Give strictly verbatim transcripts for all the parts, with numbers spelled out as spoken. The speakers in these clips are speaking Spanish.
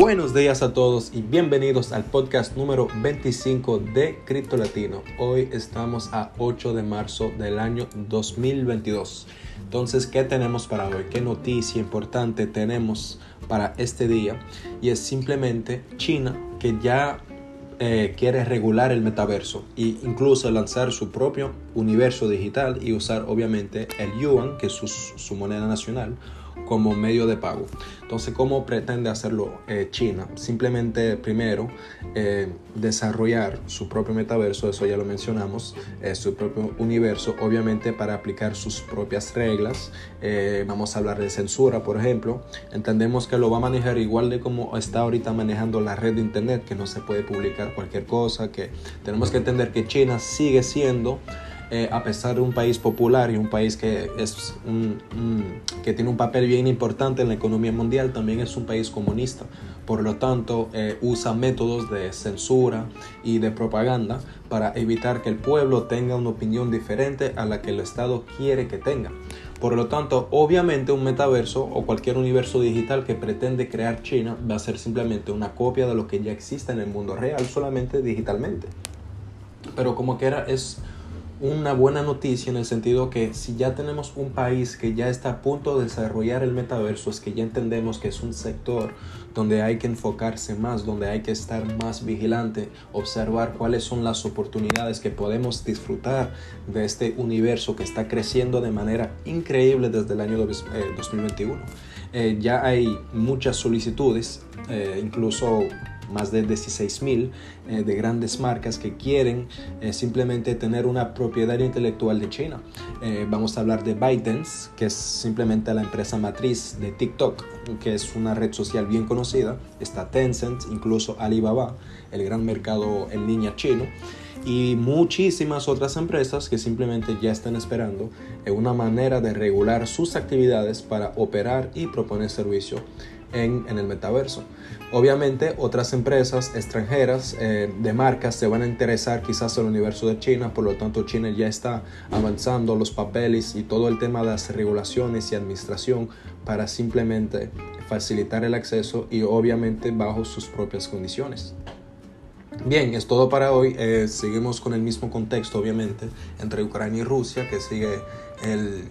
Buenos días a todos y bienvenidos al podcast número veinticinco de Cripto Latino. Hoy estamos a ocho de marzo del año dos mil veintidós. Entonces, ¿qué tenemos para hoy? ¿Qué noticia importante tenemos para este día? Y es simplemente China, que ya eh, quiere regular el metaverso e incluso lanzar su propio universo digital y usar obviamente el yuan, que es su, su moneda nacional, como medio de pago. Entonces, ¿cómo pretende hacerlo eh, China? Simplemente, primero, eh, desarrollar su propio metaverso, eso ya lo mencionamos, eh, su propio universo, obviamente para aplicar sus propias reglas. Eh, vamos a hablar de censura, por ejemplo. Entendemos que lo va a manejar igual de como está ahorita manejando la red de internet, que no se puede publicar cualquier cosa, que tenemos que entender que China sigue siendo, Eh, a pesar de un país popular y un país que, es un, un, que tiene un papel bien importante en la economía mundial, también es un país comunista. Por lo tanto, eh, usa métodos de censura y de propaganda para evitar que el pueblo tenga una opinión diferente a la que el Estado quiere que tenga. Por lo tanto, obviamente un metaverso o cualquier universo digital que pretende crear China va a ser simplemente una copia de lo que ya existe en el mundo real, solamente digitalmente. Pero como quiera, es una buena noticia en el sentido que si ya tenemos un país que ya está a punto de desarrollar el metaverso, es que ya entendemos que es un sector donde hay que enfocarse más, donde hay que estar más vigilante, observar cuáles son las oportunidades que podemos disfrutar de este universo que está creciendo de manera increíble desde el año dos mil veintiuno. Eh, ya hay muchas solicitudes, eh, incluso más de dieciséis mil eh, de grandes marcas que quieren eh, simplemente tener una propiedad intelectual de China. Eh, vamos a hablar de ByteDance, que es simplemente la empresa matriz de TikTok, que es una red social bien conocida. Está Tencent, incluso Alibaba, el gran mercado en línea chino, y muchísimas otras empresas que simplemente ya están esperando una manera de regular sus actividades para operar y proponer servicio En, en el metaverso. Obviamente otras empresas extranjeras eh, de marcas se van a interesar quizás en el universo de China, por lo tanto China ya está avanzando los papeles y todo el tema de las regulaciones y administración para simplemente facilitar el acceso y obviamente bajo sus propias condiciones. Bien, es todo para hoy. Eh, seguimos con el mismo contexto obviamente entre Ucrania y Rusia, que sigue el,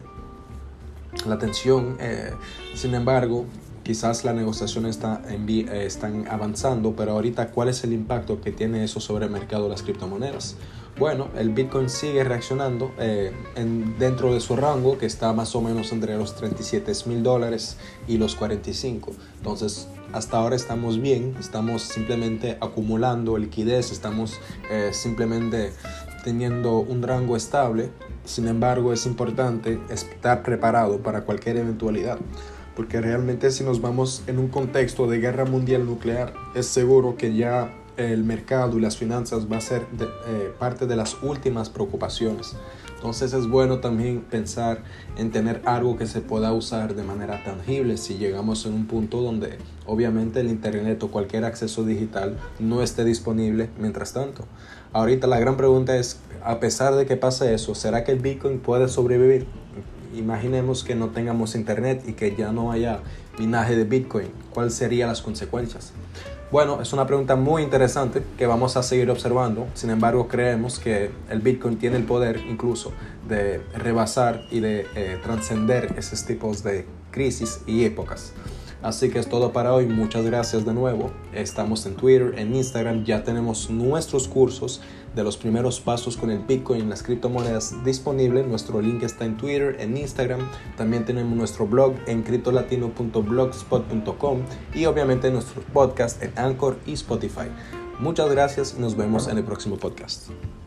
la tensión. Eh, sin embargo, quizás las negociaciones está en, eh, están avanzando, pero ahorita, ¿cuál es el impacto que tiene eso sobre el mercado de las criptomonedas? Bueno, el Bitcoin sigue reaccionando eh, en, dentro de su rango, que está más o menos entre los treinta y siete mil dólares y los cuarenta y cinco. Entonces, hasta ahora estamos bien, estamos simplemente acumulando liquidez, estamos eh, simplemente teniendo un rango estable. Sin embargo, es importante estar preparado para cualquier eventualidad, porque realmente si nos vamos en un contexto de guerra mundial nuclear, es seguro que ya el mercado y las finanzas va a ser de, eh, parte de las últimas preocupaciones. Entonces es bueno también pensar en tener algo que se pueda usar de manera tangible si llegamos en un punto donde obviamente el internet o cualquier acceso digital no esté disponible mientras tanto. Ahorita la gran pregunta es, a pesar de que pase eso, ¿será que el Bitcoin puede sobrevivir? Imaginemos que no tengamos internet y que ya no haya minaje de Bitcoin. ¿Cuáles serían las consecuencias? Bueno, es una pregunta muy interesante que vamos a seguir observando. Sin embargo, creemos que el Bitcoin tiene el poder incluso de rebasar y de eh, trascender esos tipos de crisis y épocas. Así que es todo para hoy. Muchas gracias de nuevo. Estamos en Twitter, en Instagram. Ya tenemos nuestros cursos de los primeros pasos con el Bitcoin y las criptomonedas disponibles. Nuestro link está en Twitter, en Instagram. También tenemos nuestro blog en criptolatino punto blogspot punto com y obviamente nuestros podcasts en Anchor y Spotify. Muchas gracias y nos vemos en el próximo podcast.